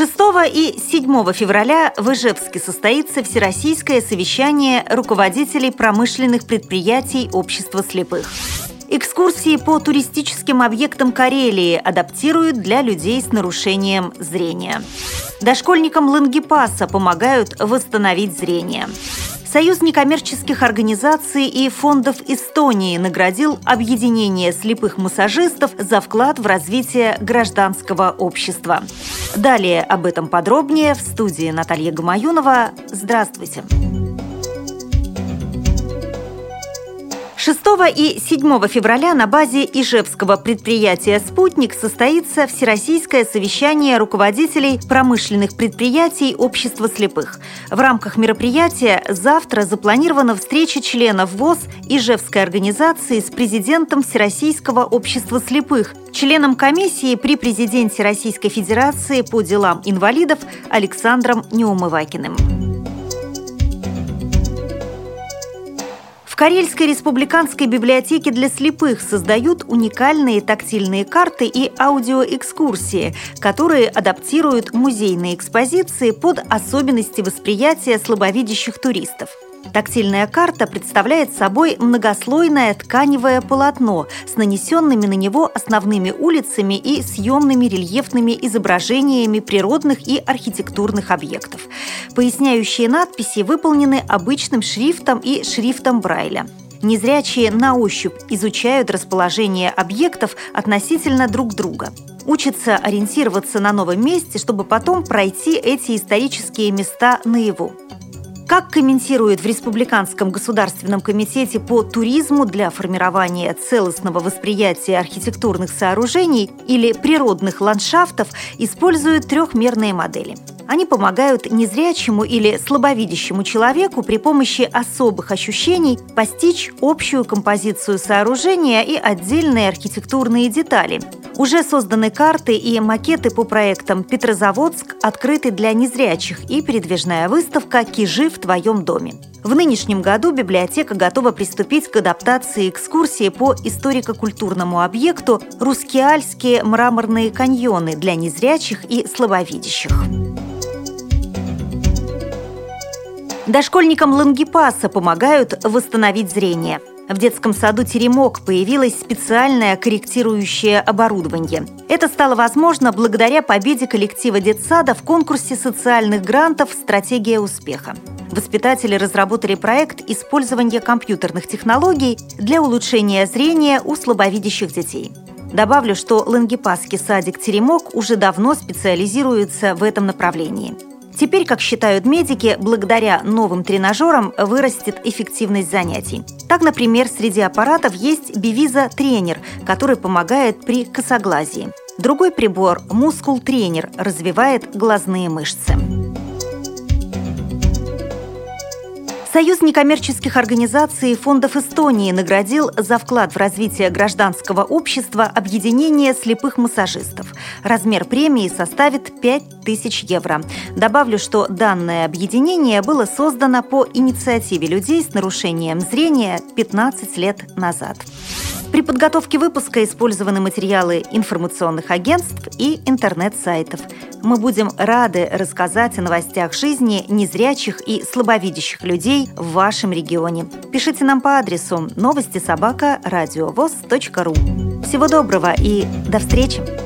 6 и 7 февраля в Ижевске состоится Всероссийское совещание руководителей промышленных предприятий Общества слепых. Экскурсии по туристическим объектам Карелии адаптируют для людей с нарушением зрения. Дошкольникам Лангепаса помогают восстановить зрение. Союз некоммерческих организаций и фондов Эстонии наградил объединение слепых массажистов за вклад в развитие гражданского общества. Далее об этом подробнее в студии Наталья Гамаюнова. Здравствуйте! 6 и 7 февраля на базе ижевского предприятия «Спутник» состоится Всероссийское совещание руководителей промышленных предприятий Общества слепых. В рамках мероприятия завтра запланирована встреча членов ВОС Ижевской организации с президентом Всероссийского общества слепых, членом комиссии при президенте Российской Федерации по делам инвалидов Александром Неумывакиным. В Карельской республиканской библиотеке для слепых создают уникальные тактильные карты и аудиоэкскурсии, которые адаптируют музейные экспозиции под особенности восприятия слабовидящих туристов. Тактильная карта представляет собой многослойное тканевое полотно с нанесенными на него основными улицами и съемными рельефными изображениями природных и архитектурных объектов. Поясняющие надписи выполнены обычным шрифтом и шрифтом Брайля. Незрячие на ощупь изучают расположение объектов относительно друг друга. Учатся ориентироваться на новом месте, чтобы потом пройти эти исторические места наяву. Как комментирует в Республиканском государственном комитете по туризму для формирования целостного восприятия архитектурных сооружений или природных ландшафтов, используют трехмерные модели. Они помогают незрячему или слабовидящему человеку при помощи особых ощущений постичь общую композицию сооружения и отдельные архитектурные детали. Уже созданы карты и макеты по проектам «Петрозаводск», открыты для незрячих, и передвижная выставка «Кижи в твоем доме». В нынешнем году библиотека готова приступить к адаптации экскурсии по историко-культурному объекту «Рускеальские мраморные каньоны» для незрячих и слабовидящих. Дошкольникам Лангепаса помогают восстановить зрение. В детском саду «Теремок» появилось специальное корректирующее оборудование. Это стало возможно благодаря победе коллектива детсада в конкурсе социальных грантов «Стратегия успеха». Воспитатели разработали проект использования компьютерных технологий для улучшения зрения у слабовидящих детей. Добавлю, что лангепасский садик «Теремок» уже давно специализируется в этом направлении. Теперь, как считают медики, благодаря новым тренажерам вырастет эффективность занятий. Так, например, среди аппаратов есть Бивиза-тренер, который помогает при косоглазии. Другой прибор – Мускул-тренер, развивает глазные мышцы. Союз некоммерческих организаций и фондов Эстонии наградил за вклад в развитие гражданского общества объединение слепых массажистов. Размер премии составит 5000 евро. Добавлю, что данное объединение было создано по инициативе людей с нарушением зрения 15 лет назад. При подготовке выпуска использованы материалы информационных агентств и интернет-сайтов. Мы будем рады рассказать о новостях жизни незрячих и слабовидящих людей в вашем регионе. Пишите нам по адресу новости@радиовос.ру. Всего доброго и до встречи!